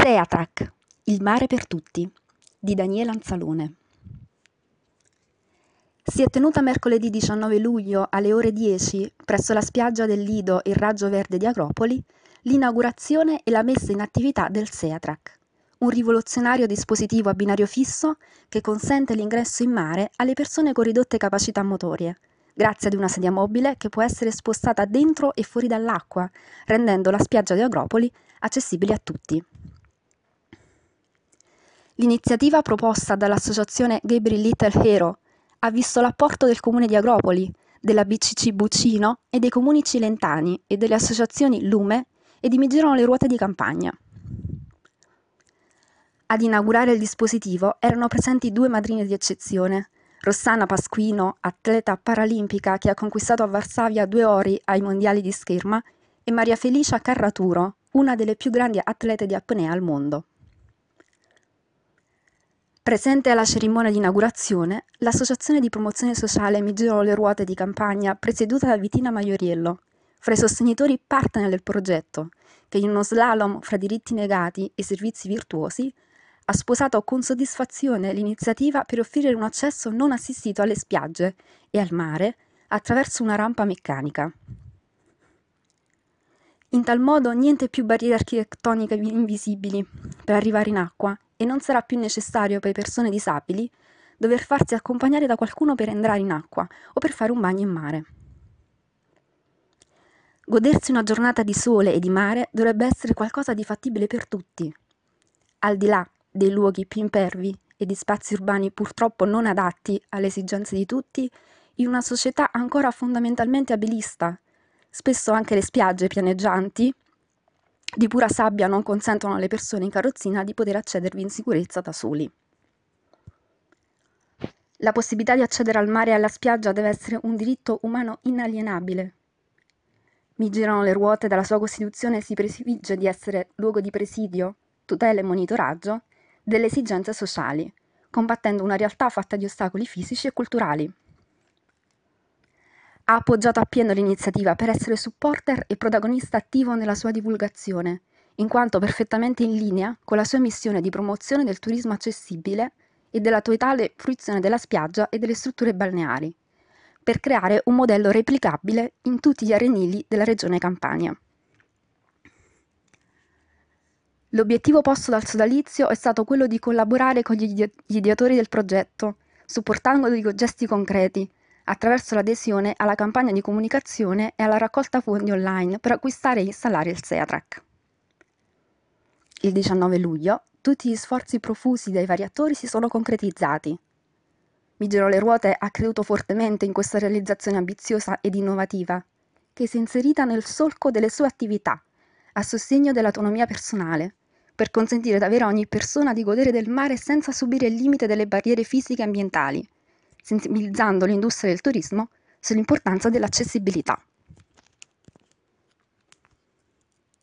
Seatrac, il mare per tutti, di Daniele Anzalone. Si è tenuta mercoledì 19 luglio alle ore 10 presso la spiaggia del Lido Il Raggio Verde di Agropoli l'inaugurazione e la messa in attività del Seatrac, un rivoluzionario dispositivo a binario fisso che consente l'ingresso in mare alle persone con ridotte capacità motorie, grazie ad una sedia mobile che può essere spostata dentro e fuori dall'acqua, rendendo la spiaggia di Agropoli accessibile a tutti. L'iniziativa proposta dall'associazione Gabriel Little Hero ha visto l'apporto del comune di Agropoli, della BCC Buccino e dei comuni cilentani e delle associazioni Lume e di Mi Girano le Ruote di Campagna. Ad inaugurare il dispositivo erano presenti due madrine di eccezione, Rossana Pasquino, atleta paralimpica che ha conquistato a Varsavia 2 ori ai mondiali di scherma, e Maria Felicia Carraturo, una delle più grandi atlete di apnea al mondo. Presente alla cerimonia di inaugurazione, l'associazione di promozione sociale Mi Girano le Ruote di Campagna, presieduta da Vitina Maioriello, fra i sostenitori partner del progetto, che in uno slalom fra diritti negati e servizi virtuosi, ha sposato con soddisfazione l'iniziativa per offrire un accesso non assistito alle spiagge e al mare attraverso una rampa meccanica. In tal modo niente più barriere architettoniche invisibili per arrivare in acqua e non sarà più necessario per persone disabili dover farsi accompagnare da qualcuno per entrare in acqua o per fare un bagno in mare. Godersi una giornata di sole e di mare dovrebbe essere qualcosa di fattibile per tutti. Al di là dei luoghi più impervi e di spazi urbani purtroppo non adatti alle esigenze di tutti, in una società ancora fondamentalmente abilista, spesso anche le spiagge pianeggianti di pura sabbia non consentono alle persone in carrozzina di poter accedervi in sicurezza da soli. La possibilità di accedere al mare e alla spiaggia deve essere un diritto umano inalienabile. Mi Girano le Ruote dalla sua costituzione si prefigge di essere luogo di presidio, tutela e monitoraggio delle esigenze sociali, combattendo una realtà fatta di ostacoli fisici e culturali. Ha appoggiato appieno l'iniziativa per essere supporter e protagonista attivo nella sua divulgazione, in quanto perfettamente in linea con la sua missione di promozione del turismo accessibile e della totale fruizione della spiaggia e delle strutture balneari, per creare un modello replicabile in tutti gli arenili della regione Campania. L'obiettivo posto dal sodalizio è stato quello di collaborare con gli ideatori del progetto, supportandoli con gesti concreti, attraverso l'adesione alla campagna di comunicazione e alla raccolta fondi online per acquistare e installare il Seatrac. Il 19 luglio tutti gli sforzi profusi dai vari attori si sono concretizzati. Mi Girano le Ruote ha creduto fortemente in questa realizzazione ambiziosa ed innovativa, che si è inserita nel solco delle sue attività, a sostegno dell'autonomia personale, per consentire davvero a ogni persona di godere del mare senza subire il limite delle barriere fisiche e ambientali, sensibilizzando l'industria del turismo sull'importanza dell'accessibilità.